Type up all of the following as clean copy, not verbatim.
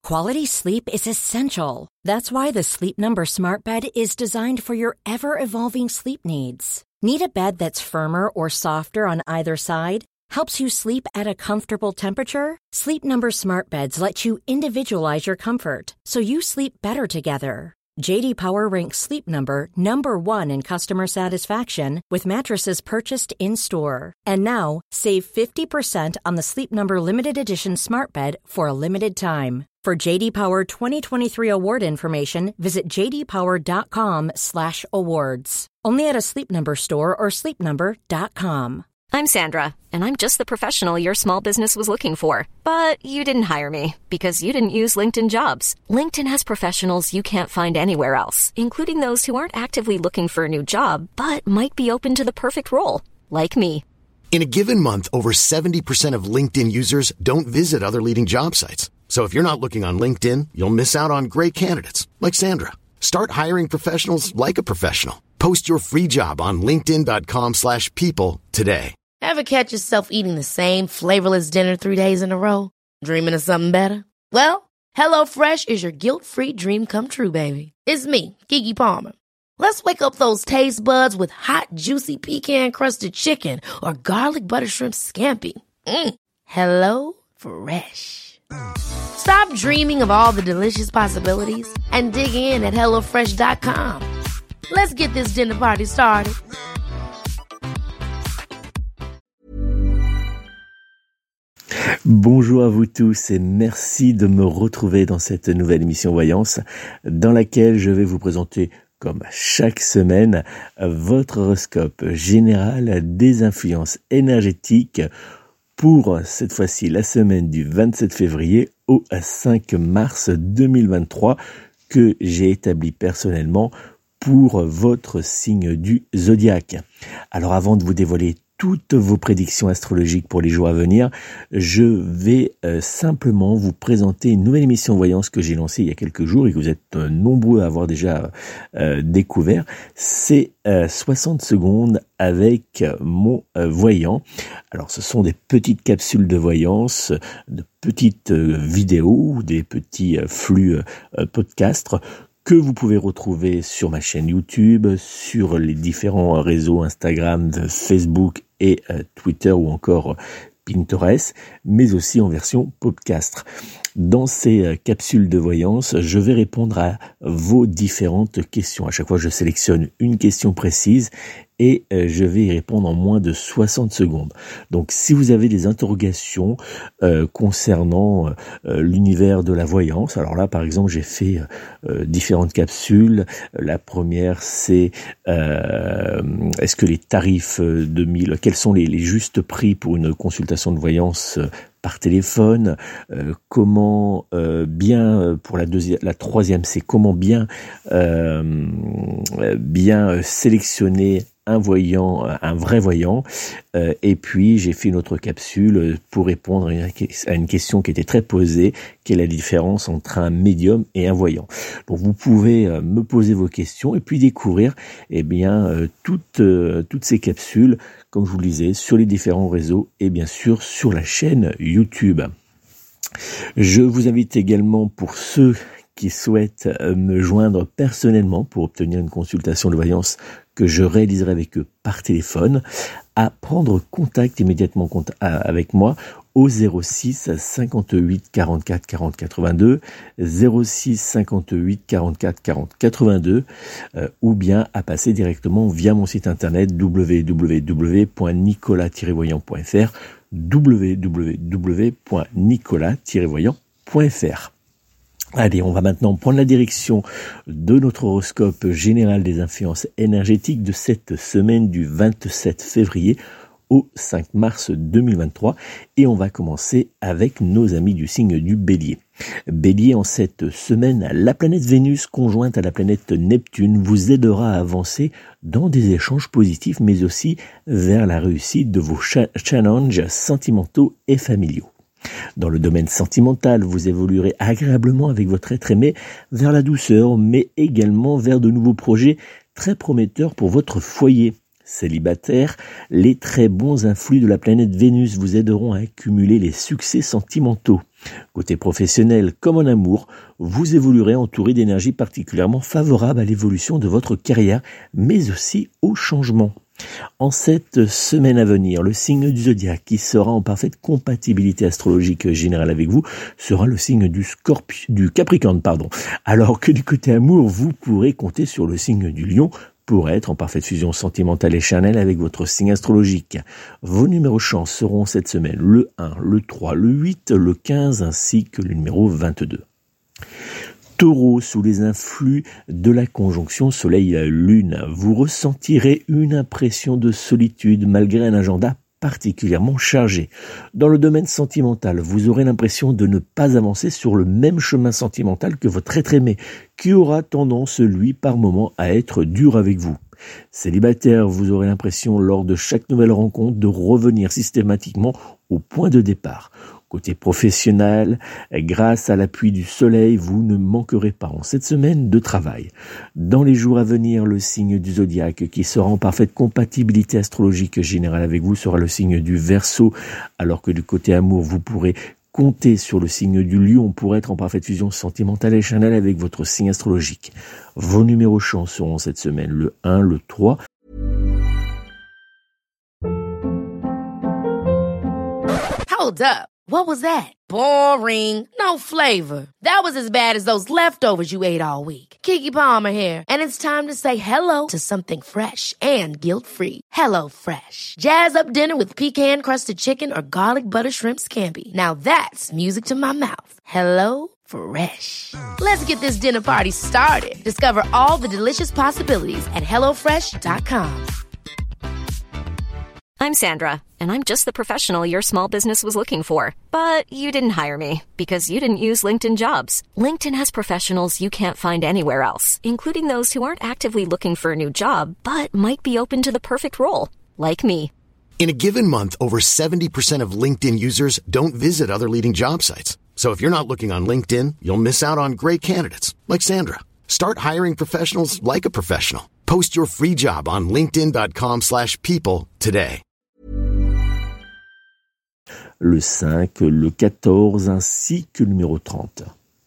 Quality sleep is essential. That's why the Sleep Number Smart Bed is designed for your ever-evolving sleep needs. Need a bed that's firmer or softer on either side? Helps you sleep at a comfortable temperature? Sleep Number Smart Beds let you individualize your comfort, so you sleep better together. J.D. Power ranks Sleep Number number 1 in customer satisfaction with mattresses purchased in-store. And now, save 50% on the Sleep Number Limited Edition Smart Bed for a limited time. For J.D. Power 2023 award information, visit jdpower.com/awards. Only at a Sleep Number store or sleepnumber.com. I'm Sandra, and I'm just the professional your small business was looking for. But you didn't hire me because you didn't use LinkedIn Jobs. LinkedIn has professionals you can't find anywhere else, including those who aren't actively looking for a new job, but might be open to the perfect role, like me. In a given month, over 70% of LinkedIn users don't visit other leading job sites. So if you're not looking on LinkedIn, you'll miss out on great candidates like Sandra. Start hiring professionals like a professional. Post your free job on linkedin.com/people today. Ever catch yourself eating the same flavorless dinner 3 days in a row? Dreaming of something better? Well, HelloFresh is your guilt-free dream come true, baby. It's me, Keke Palmer. Let's wake up those taste buds with hot, juicy pecan-crusted chicken or garlic butter shrimp scampi. Hello Fresh. Stop dreaming of all the delicious possibilities and dig in at HelloFresh.com. Let's get this dinner party started. Bonjour à vous tous et merci de me retrouver dans cette nouvelle émission Voyance dans laquelle je vais vous présenter, comme chaque semaine, votre horoscope général des influences énergétiques pour cette fois-ci la semaine du 27 février au 5 mars 2023 que j'ai établi personnellement pour votre signe du zodiaque. Alors avant de vous dévoiler toutes vos prédictions astrologiques pour les jours à venir, je vais simplement vous présenter une nouvelle émission Voyance que j'ai lancée il y a quelques jours et que vous êtes nombreux à avoir déjà découvert. C'est 60 secondes avec mon voyant. Alors ce sont des petites capsules de voyance, de petites vidéos, des petits flux podcasts que vous pouvez retrouver sur ma chaîne YouTube, sur les différents réseaux Instagram, Facebook et Twitter ou encore Pinterest, mais aussi en version podcast. Dans ces capsules de voyance, je vais répondre à vos différentes questions. À chaque fois, je sélectionne une question précise et je vais y répondre en moins de 60 secondes. Donc, si vous avez des interrogations concernant l'univers de la voyance, alors là, par exemple, j'ai fait différentes capsules. La première, c'est est-ce que les tarifs quels sont les justes prix pour une consultation de voyance par téléphone, comment bien pour la troisième, c'est comment bien sélectionner un voyant, un vrai voyant, et puis j'ai fait une autre capsule pour répondre à une question qui était très posée, quelle est la différence entre un médium et un voyant. Donc vous pouvez me poser vos questions et puis découvrir toutes ces capsules, comme je vous le disais, sur les différents réseaux et bien sûr sur la chaîne YouTube. Je vous invite également, pour ceux qui souhaitent me joindre personnellement pour obtenir une consultation de voyance que je réaliserai avec eux par téléphone, à prendre contact immédiatement avec moi au 06 58 44 40 82, 06 58 44 40 82, ou bien à passer directement via mon site internet www.nicolas-voyant.fr, www.nicolas-voyant.fr. Allez, on va maintenant prendre la direction de notre horoscope général des influences énergétiques de cette semaine du 27 février au 5 mars 2023 et on va commencer avec nos amis du signe du Bélier. Bélier, en cette semaine, la planète Vénus conjointe à la planète Neptune vous aidera à avancer dans des échanges positifs mais aussi vers la réussite de vos challenges sentimentaux et familiaux. Dans le domaine sentimental, vous évoluerez agréablement avec votre être aimé vers la douceur, mais également vers de nouveaux projets très prometteurs pour votre foyer. Célibataire, les très bons influx de la planète Vénus vous aideront à accumuler les succès sentimentaux. Côté professionnel comme en amour, vous évoluerez entouré d'énergie particulièrement favorable à l'évolution de votre carrière, mais aussi au changement. En cette semaine à venir, le signe du zodiaque qui sera en parfaite compatibilité astrologique générale avec vous sera le signe du Capricorne, alors que du côté amour, vous pourrez compter sur le signe du Lion pour être en parfaite fusion sentimentale et charnelle avec votre signe astrologique. Vos numéros chance seront cette semaine le 1, le 3, le 8, le 15 ainsi que le numéro 22. Taureau, sous les influx de la conjonction Soleil-Lune, vous ressentirez une impression de solitude malgré un agenda particulièrement chargé. Dans le domaine sentimental, vous aurez l'impression de ne pas avancer sur le même chemin sentimental que votre être aimé, qui aura tendance, lui, par moment, à être dur avec vous. Célibataire, vous aurez l'impression, lors de chaque nouvelle rencontre, de revenir systématiquement au point de départ. Côté professionnel, grâce à l'appui du soleil, vous ne manquerez pas en cette semaine de travail. Dans les jours à venir, le signe du zodiaque qui sera en parfaite compatibilité astrologique générale avec vous sera le signe du Verseau, alors que du côté amour, vous pourrez compter sur le signe du Lion pour être en parfaite fusion sentimentale et charnelle avec votre signe astrologique. Vos numéros chance seront cette semaine le 1, le 3. Hold up. What was that? Boring. No flavor. That was as bad as those leftovers you ate all week. Keke Palmer here, and it's time to say hello to something fresh and guilt-free. Hello Fresh. Jazz up dinner with pecan-crusted chicken or garlic butter shrimp scampi. Now that's music to my mouth. Hello Fresh. Let's get this dinner party started. Discover all the delicious possibilities at HelloFresh.com. I'm Sandra, and I'm just the professional your small business was looking for. But you didn't hire me because you didn't use LinkedIn Jobs. LinkedIn has professionals you can't find anywhere else, including those who aren't actively looking for a new job, but might be open to the perfect role, like me. In a given month, over 70% of LinkedIn users don't visit other leading job sites. So if you're not looking on LinkedIn, you'll miss out on great candidates like Sandra. Start hiring professionals like a professional. Post your free job on linkedin.com/people today. Le 5, le 14 ainsi que le numéro 30.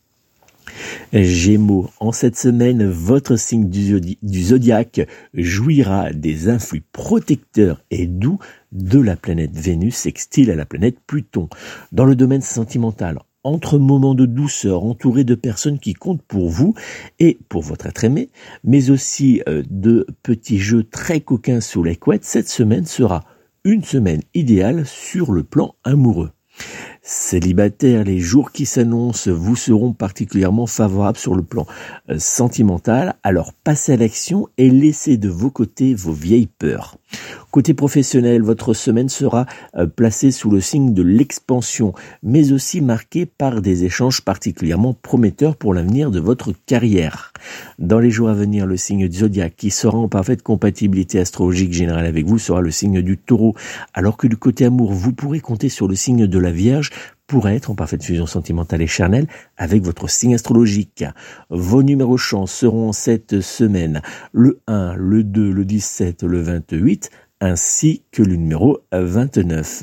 Gémeaux, en cette semaine, votre signe du zodiaque jouira des influx protecteurs et doux de la planète Vénus sextile à la planète Pluton. Dans le domaine sentimental, entre moments de douceur, entourés de personnes qui comptent pour vous et pour votre être aimé, mais aussi de petits jeux très coquins sous les couettes, cette semaine sera une semaine idéale sur le plan amoureux. Célibataire, les jours qui s'annoncent vous seront particulièrement favorables sur le plan sentimental, alors passez à l'action et laissez de vos côtés vos vieilles peurs. Côté professionnel, votre semaine sera placée sous le signe de l'expansion, mais aussi marquée par des échanges particulièrement prometteurs pour l'avenir de votre carrière. Dans les jours à venir, le signe du zodiaque qui sera en parfaite compatibilité astrologique générale avec vous sera le signe du Taureau, alors que du côté amour, vous pourrez compter sur le signe de la Vierge pour être en parfaite fusion sentimentale et charnelle avec votre signe astrologique. Vos numéros chance seront cette semaine le 1, le 2, le 17, le 28, ainsi que le numéro 29.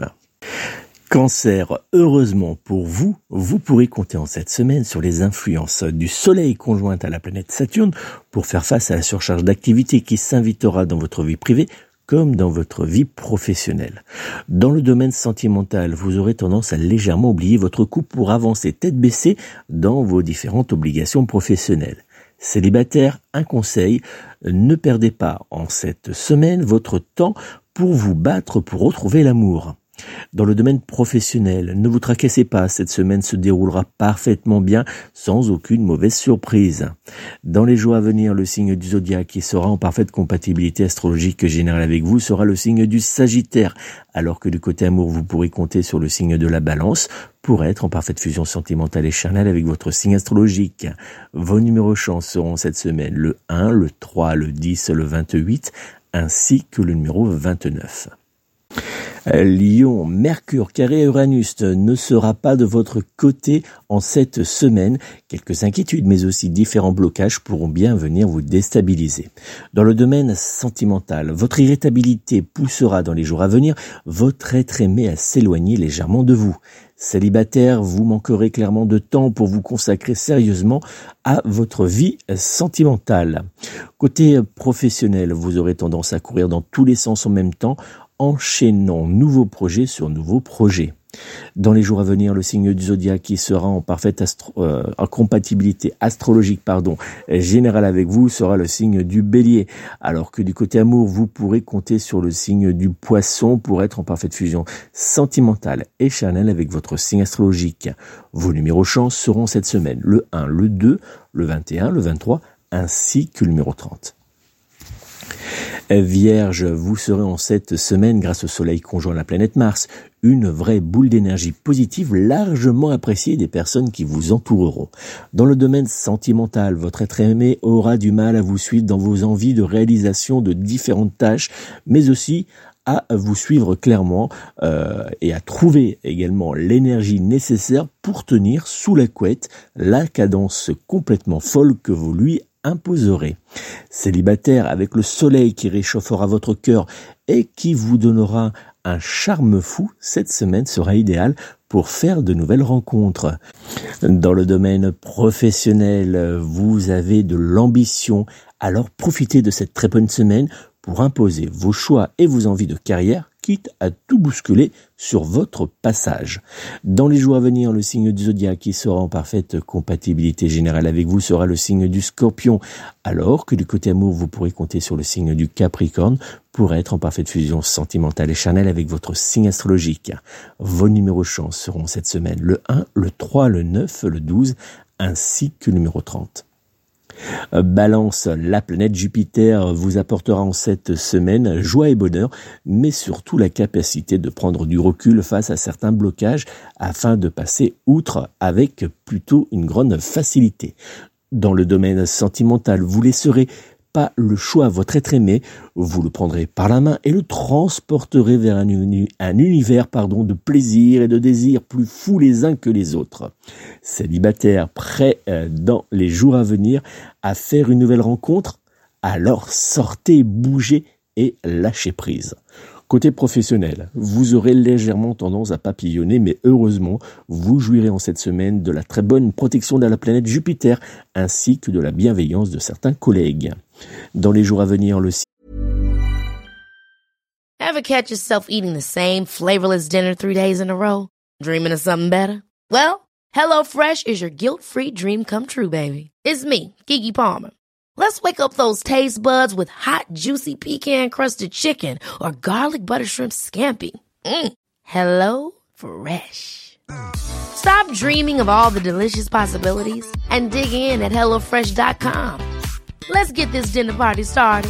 Cancer, heureusement pour vous, vous pourrez compter en cette semaine sur les influences du Soleil conjointe à la planète Saturne pour faire face à la surcharge d'activité qui s'invitera dans votre vie privée comme dans votre vie professionnelle. Dans le domaine sentimental, vous aurez tendance à légèrement oublier votre couple pour avancer tête baissée dans vos différentes obligations professionnelles. Célibataire, un conseil, ne perdez pas en cette semaine votre temps pour vous battre pour retrouver l'amour. Dans le domaine professionnel, ne vous tracassez pas, cette semaine se déroulera parfaitement bien sans aucune mauvaise surprise. Dans les jours à venir, le signe du zodiaque qui sera en parfaite compatibilité astrologique générale avec vous sera le signe du Sagittaire, alors que du côté amour, vous pourrez compter sur le signe de la Balance pour être en parfaite fusion sentimentale et charnelle avec votre signe astrologique. Vos numéros chance seront cette semaine le 1, le 3, le 10, le 28, ainsi que le numéro 29. Lion, Mercure carré Uranus ne sera pas de votre côté en cette semaine. Quelques inquiétudes mais aussi différents blocages pourront bien venir vous déstabiliser. Dans le domaine sentimental, votre irritabilité poussera dans les jours à venir votre être aimé à s'éloigner légèrement de vous. Célibataire, vous manquerez clairement de temps pour vous consacrer sérieusement à votre vie sentimentale. Côté professionnel, vous aurez tendance à courir dans tous les sens en même temps, enchaînant nouveaux projets sur nouveaux projets. Dans les jours à venir, le signe du zodiaque qui sera en parfaite compatibilité astrologique générale avec vous sera le signe du Bélier, alors que du côté amour, vous pourrez compter sur le signe du Poisson pour être en parfaite fusion sentimentale et charnelle avec votre signe astrologique. Vos numéros chance seront cette semaine le 1, le 2, le 21, le 23 ainsi que le numéro 30. Vierge, vous serez en cette semaine, grâce au soleil conjoint à la planète Mars, une vraie boule d'énergie positive largement appréciée des personnes qui vous entoureront. Dans le domaine sentimental, votre être aimé aura du mal à vous suivre dans vos envies de réalisation de différentes tâches, mais aussi à vous suivre clairement et à trouver également l'énergie nécessaire pour tenir sous la couette la cadence complètement folle que vous lui imposerez. Célibataire, avec le soleil qui réchauffera votre cœur et qui vous donnera un charme fou, cette semaine sera idéale pour faire de nouvelles rencontres. Dans le domaine professionnel, vous avez de l'ambition, alors profitez de cette très bonne semaine pour imposer vos choix et vos envies de carrière, quitte à tout bousculer sur votre passage. Dans les jours à venir, le signe du zodiaque qui sera en parfaite compatibilité générale avec vous sera le signe du Scorpion, alors que du côté amour, vous pourrez compter sur le signe du Capricorne pour être en parfaite fusion sentimentale et charnelle avec votre signe astrologique. Vos numéros chance seront cette semaine le 1, le 3, le 9, le 12 ainsi que le numéro 30. Balance, la planète Jupiter vous apportera en cette semaine joie et bonheur, mais surtout la capacité de prendre du recul face à certains blocages afin de passer outre avec plutôt une grande facilité. Dans le domaine sentimental, vous laisserez pas le choix à votre être aimé, vous le prendrez par la main et le transporterez vers un univers de plaisir et de désir plus fous les uns que les autres. Célibataire, prêt dans les jours à venir à faire une nouvelle rencontre, alors sortez, bougez et lâchez prise. Côté professionnel, vous aurez légèrement tendance à papillonner, mais heureusement, vous jouirez en cette semaine de la très bonne protection de la planète Jupiter, ainsi que de la bienveillance de certains collègues. Dans les jours à venir, le Ever catch yourself eating the same flavorless dinner 3 days in a row? Dreaming of something better? Well, HelloFresh is your guilt-free dream come true, baby. It's me, Keke Palmer. Let's wake up those taste buds with hot, juicy pecan-crusted chicken or garlic butter shrimp scampi. Hello Fresh. Stop dreaming of all the delicious possibilities and dig in at HelloFresh.com. Let's get this dinner party started.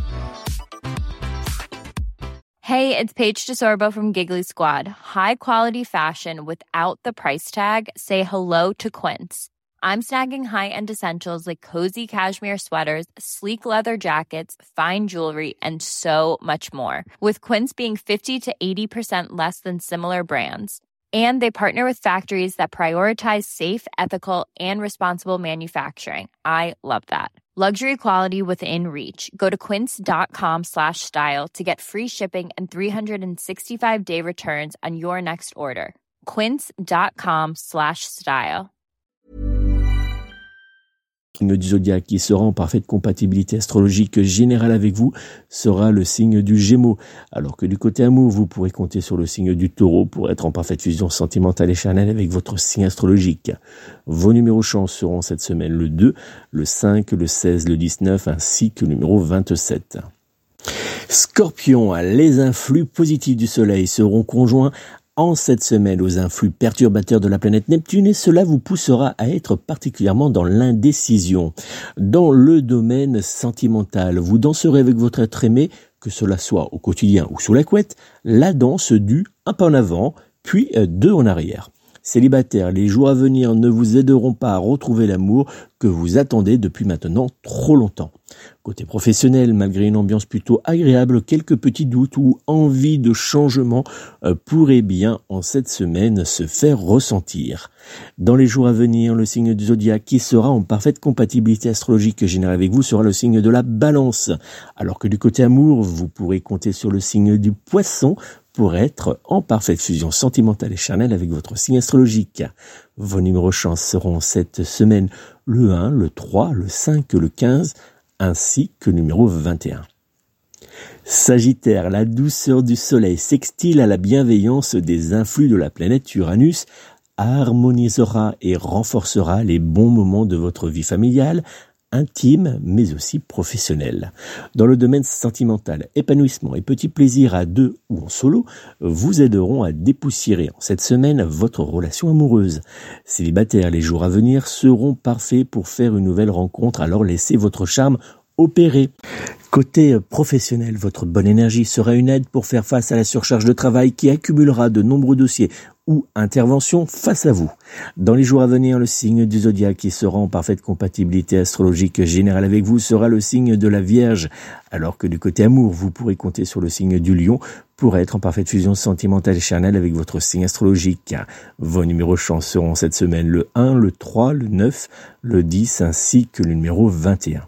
Hey, it's Paige DeSorbo from Giggly Squad. High quality fashion without the price tag. Say hello to Quince. I'm snagging high-end essentials like cozy cashmere sweaters, sleek leather jackets, fine jewelry, and so much more. With Quince being 50 to 80% less than similar brands. And they partner with factories that prioritize safe, ethical, and responsible manufacturing. I love that. Luxury quality within reach. Go to quince.com/style to get free shipping and 365-day returns on your next order. Quince.com/style. signe du zodiaque qui sera en parfaite compatibilité astrologique générale avec vous sera le signe du Gémeaux, alors que du côté amour, vous pourrez compter sur le signe du Taureau pour être en parfaite fusion sentimentale et charnelle avec votre signe astrologique. Vos numéros chance seront cette semaine le 2, le 5, le 16, le 19 ainsi que le numéro 27. Scorpion, les influx positifs du soleil seront conjoints en cette semaine aux influx perturbateurs de la planète Neptune et cela vous poussera à être particulièrement dans l'indécision. Dans le domaine sentimental, vous danserez avec votre être aimé, que cela soit au quotidien ou sous la couette, la danse du un pas en avant, puis deux en arrière. Célibataires, les jours à venir ne vous aideront pas à retrouver l'amour que vous attendez depuis maintenant trop longtemps. Côté professionnel, malgré une ambiance plutôt agréable, quelques petits doutes ou envie de changement pourraient bien en cette semaine se faire ressentir. Dans les jours à venir, le signe du zodiaque qui sera en parfaite compatibilité astrologique générale avec vous sera le signe de la Balance. Alors que du côté amour, vous pourrez compter sur le signe du Poisson pour être en parfaite fusion sentimentale et charnelle avec votre signe astrologique. Vos numéros chance seront cette semaine le 1, le 3, le 5, le 15, ainsi que le numéro 21. Sagittaire, la douceur du soleil sextile à la bienveillance des influx de la planète Uranus harmonisera et renforcera les bons moments de votre vie familiale, intime, mais aussi professionnelle. Dans le domaine sentimental, épanouissement et petits plaisirs à deux ou en solo vous aideront à dépoussiérer en cette semaine votre relation amoureuse. Célibataires, les jours à venir seront parfaits pour faire une nouvelle rencontre, alors laissez votre charme opérer. Côté professionnel, votre bonne énergie sera une aide pour faire face à la surcharge de travail qui accumulera de nombreux dossiers ou interventions face à vous. Dans les jours à venir, le signe du zodiaque qui sera en parfaite compatibilité astrologique générale avec vous sera le signe de la Vierge, alors que du côté amour, vous pourrez compter sur le signe du Lion pour être en parfaite fusion sentimentale et charnelle avec votre signe astrologique. Vos numéros chance seront cette semaine le 1, le 3, le 9, le 10 ainsi que le numéro 21.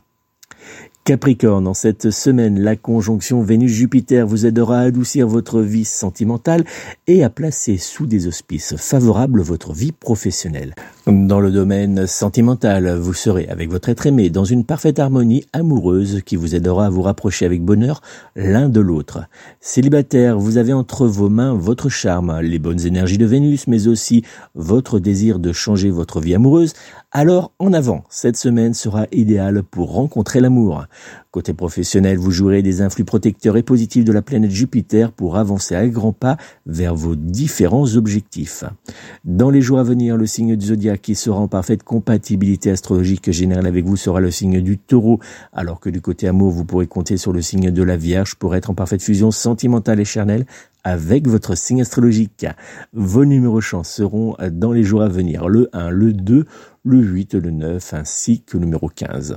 Capricorne, en cette semaine, la conjonction Vénus-Jupiter vous aidera à adoucir votre vie sentimentale et à placer sous des auspices favorables votre vie professionnelle. Dans le domaine sentimental, vous serez avec votre être aimé dans une parfaite harmonie amoureuse qui vous aidera à vous rapprocher avec bonheur l'un de l'autre. Célibataire, vous avez entre vos mains votre charme, les bonnes énergies de Vénus, mais aussi votre désir de changer votre vie amoureuse. Alors, en avant, cette semaine sera idéale pour rencontrer l'amour. Côté professionnel, vous jouerez des influx protecteurs et positifs de la planète Jupiter pour avancer à grands pas vers vos différents objectifs. Dans les jours à venir, le signe du zodiaque qui sera en parfaite compatibilité astrologique générale avec vous sera le signe du Taureau, alors que du côté amour, vous pourrez compter sur le signe de la Vierge pour être en parfaite fusion sentimentale et charnelle avec votre signe astrologique. Vos numéros chance seront dans les jours à venir le 1, le 2, le 8, le 9 ainsi que le numéro 15.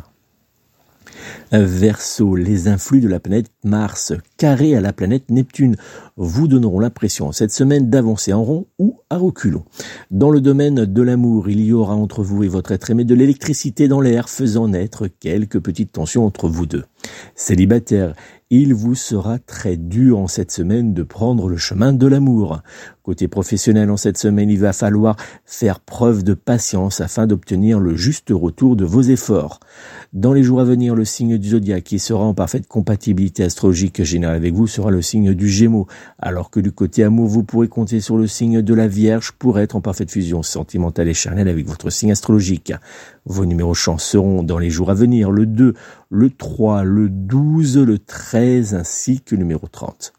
Verseau, les influx de la planète Mars, carré à la planète Neptune, vous donneront l'impression cette semaine d'avancer en rond ou à reculons. Dans le domaine de l'amour, il y aura entre vous et votre être aimé de l'électricité dans l'air, faisant naître quelques petites tensions entre vous deux. Célibataire, il vous sera très dur en cette semaine de prendre le chemin de l'amour. Côté professionnel, en cette semaine, il va falloir faire preuve de patience afin d'obtenir le juste retour de vos efforts. Dans les jours à venir, le signe du zodiaque qui sera en parfaite compatibilité astrologique générale avec vous sera le signe du Gémeaux, alors que du côté amour, vous pourrez compter sur le signe de la Vierge pour être en parfaite fusion sentimentale et charnelle avec votre signe astrologique. Vos numéros chance seront dans les jours à venir le 2, le 3, le 12, le 13 ainsi que le numéro 30.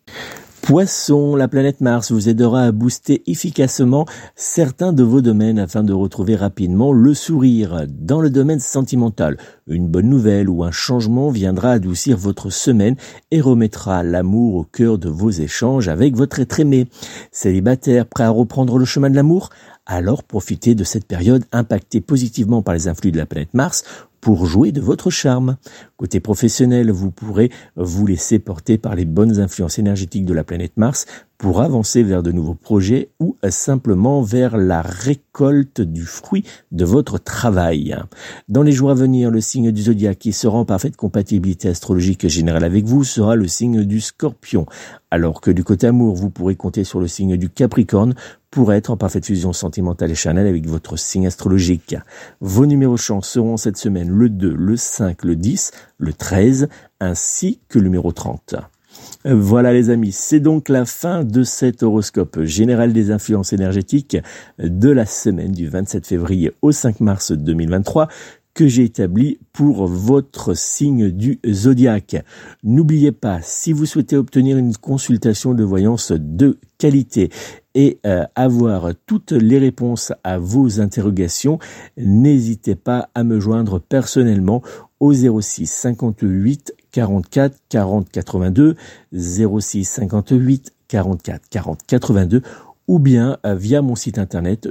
Poisson, la planète Mars vous aidera à booster efficacement certains de vos domaines afin de retrouver rapidement le sourire. Dans le domaine sentimental, une bonne nouvelle ou un changement viendra adoucir votre semaine et remettra l'amour au cœur de vos échanges avec votre être aimé. Célibataire, prêt à reprendre le chemin de l'amour ? Alors profitez de cette période impactée positivement par les influx de la planète Mars pour jouer de votre charme. Côté professionnel, vous pourrez vous laisser porter par les bonnes influences énergétiques de la planète Mars pour avancer vers de nouveaux projets ou simplement vers la récolte du fruit de votre travail. Dans les jours à venir, le signe du zodiaque qui sera en parfaite compatibilité astrologique générale avec vous sera le signe du Scorpion, alors que du côté amour, vous pourrez compter sur le signe du Capricorne pour être en parfaite fusion sentimentale et charnelle avec votre signe astrologique. Vos numéros chance seront cette semaine le 2, le 5, le 10, le 13 ainsi que le numéro 30. Voilà les amis, c'est donc la fin de cet horoscope général des influences énergétiques de la semaine du 27 février au 5 mars 2023 que j'ai établi pour votre signe du zodiaque. N'oubliez pas, si vous souhaitez obtenir une consultation de voyance de qualité et avoir toutes les réponses à vos interrogations, n'hésitez pas à me joindre personnellement au 06 58 44 40 82, 06 58 44 40 82 ou bien via mon site internet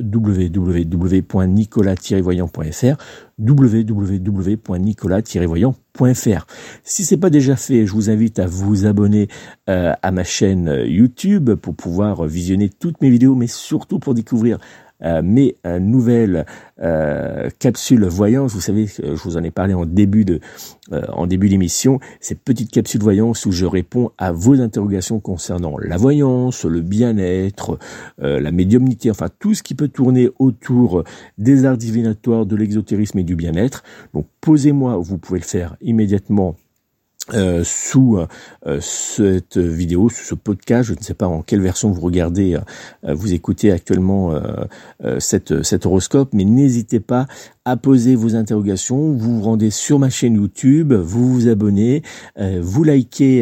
www.nicolas-voyant.fr www.nicolas-voyant.fr. Si c'est pas déjà fait, je vous invite à vous abonner à ma chaîne YouTube pour pouvoir visionner toutes mes vidéos, mais surtout pour découvrir mes nouvelles capsules voyance. Vous savez, je vous en ai parlé en début d'émission, ces petites capsules voyance où je réponds à vos interrogations concernant la voyance, le bien-être, la médiumnité, enfin tout ce qui peut tourner autour des arts divinatoires, de l'exotérisme et du bien-être. Donc posez-moi, vous pouvez le faire immédiatement sous cette vidéo, sous ce podcast. Je ne sais pas en quelle version vous regardez, vous écoutez actuellement cet horoscope, mais n'hésitez pas à poser vos interrogations. Vous vous rendez sur ma chaîne YouTube, vous vous abonnez, vous likez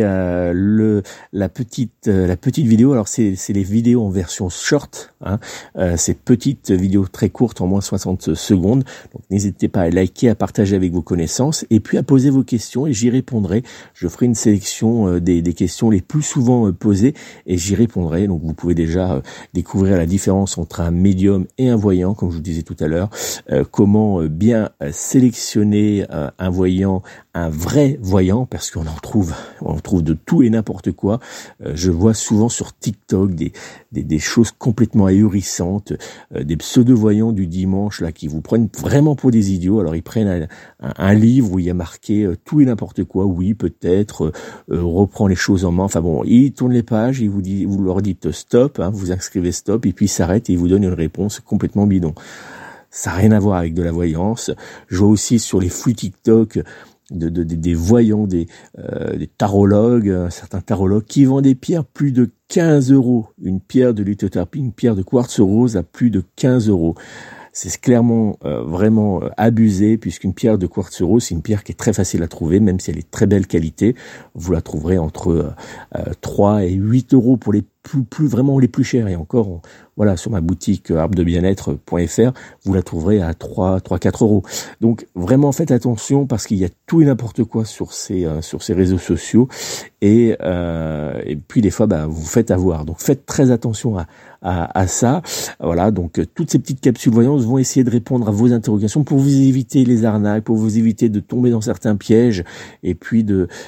la petite vidéo. Alors c'est les vidéos en version short, hein, ces petites vidéos très courtes en moins 60 secondes. Donc n'hésitez pas à liker, à partager avec vos connaissances et puis à poser vos questions et j'y répondrai. Je ferai une sélection des questions les plus souvent posées et j'y répondrai. Donc vous pouvez déjà découvrir la différence entre un médium et un voyant, comme je vous disais tout à l'heure, comment bien sélectionner un voyant, un vrai voyant, parce qu'on en trouve de tout et n'importe quoi. Je vois souvent sur TikTok des choses complètement ahurissantes, des pseudo-voyants du dimanche là qui vous prennent vraiment pour des idiots. Alors ils prennent un livre où il y a marqué tout et n'importe quoi, oui peut-être, reprend les choses en main. Enfin bon, ils tournent les pages, vous leur dites stop, hein, vous inscrivez stop et puis ils s'arrêtent et ils vous donnent une réponse complètement bidon. Ça n'a rien à voir avec de la voyance. Je vois aussi sur les flux TikTok des voyants, des tarologues, certains tarologues qui vendent des pierres plus de 15 €. Une pierre de lithothérapie, une pierre de quartz rose à plus de 15 €. C'est clairement vraiment abusé, puisqu'une pierre de quartz rose, c'est une pierre qui est très facile à trouver, même si elle est de très belle qualité. Vous la trouverez entre 3 et 8 € pour les plus vraiment les plus chers. Et encore, voilà, sur ma boutique arbredebien-être.fr, vous la trouverez à 3-4 €. Donc vraiment faites attention parce qu'il y a tout et n'importe quoi sur ces réseaux sociaux et puis des fois vous faites avoir. Donc faites très attention à ça. Voilà, donc toutes ces petites capsules voyances vont essayer de répondre à vos interrogations pour vous éviter les arnaques, pour vous éviter de tomber dans certains pièges et puis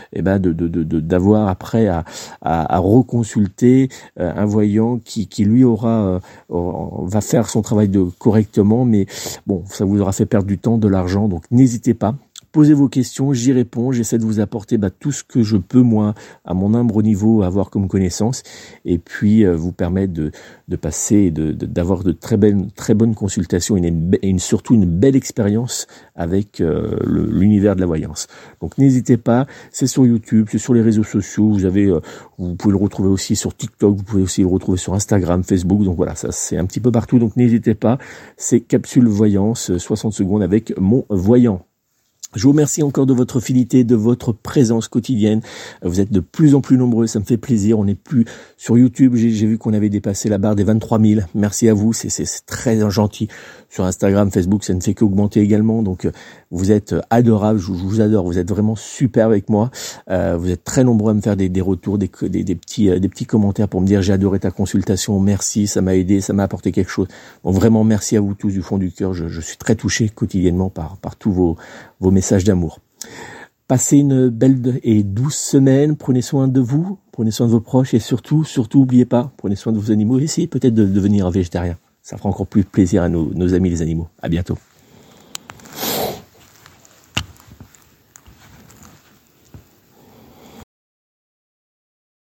d'avoir après à reconsulter un voyant qui lui va faire son travail correctement, mais bon, ça vous aura fait perdre du temps, de l'argent, donc n'hésitez pas. Posez vos questions, j'y réponds, j'essaie de vous apporter tout ce que je peux, moi, à mon humble niveau, avoir comme connaissance, et puis vous permettre de passer, d'avoir de très bonnes consultations et surtout une belle expérience avec l'univers de la voyance. Donc n'hésitez pas, c'est sur YouTube, c'est sur les réseaux sociaux, vous pouvez le retrouver aussi sur TikTok, vous pouvez aussi le retrouver sur Instagram, Facebook, donc voilà, ça c'est un petit peu partout, donc n'hésitez pas, c'est Capsule Voyance, 60 secondes avec mon voyant. Je vous remercie encore de votre fidélité, de votre présence quotidienne. Vous êtes de plus en plus nombreux, ça me fait plaisir. On n'est plus sur YouTube. J'ai vu qu'on avait dépassé la barre des 23 000. Merci à vous, c'est très gentil. Sur Instagram, Facebook, ça ne fait qu'augmenter également. Donc, vous êtes adorables, je vous adore. Vous êtes vraiment super avec moi. Vous êtes très nombreux à me faire des retours, des petits commentaires pour me dire j'ai adoré ta consultation. Merci, ça m'a aidé, ça m'a apporté quelque chose. Bon, vraiment, merci à vous tous du fond du cœur. Je suis très touché quotidiennement par tous vos messages d'amour. Passez une belle et douce semaine, prenez soin de vous, prenez soin de vos proches et surtout, n'oubliez pas, prenez soin de vos animaux et essayez peut-être de devenir un végétarien. Ça fera encore plus plaisir à nos amis les animaux. À bientôt.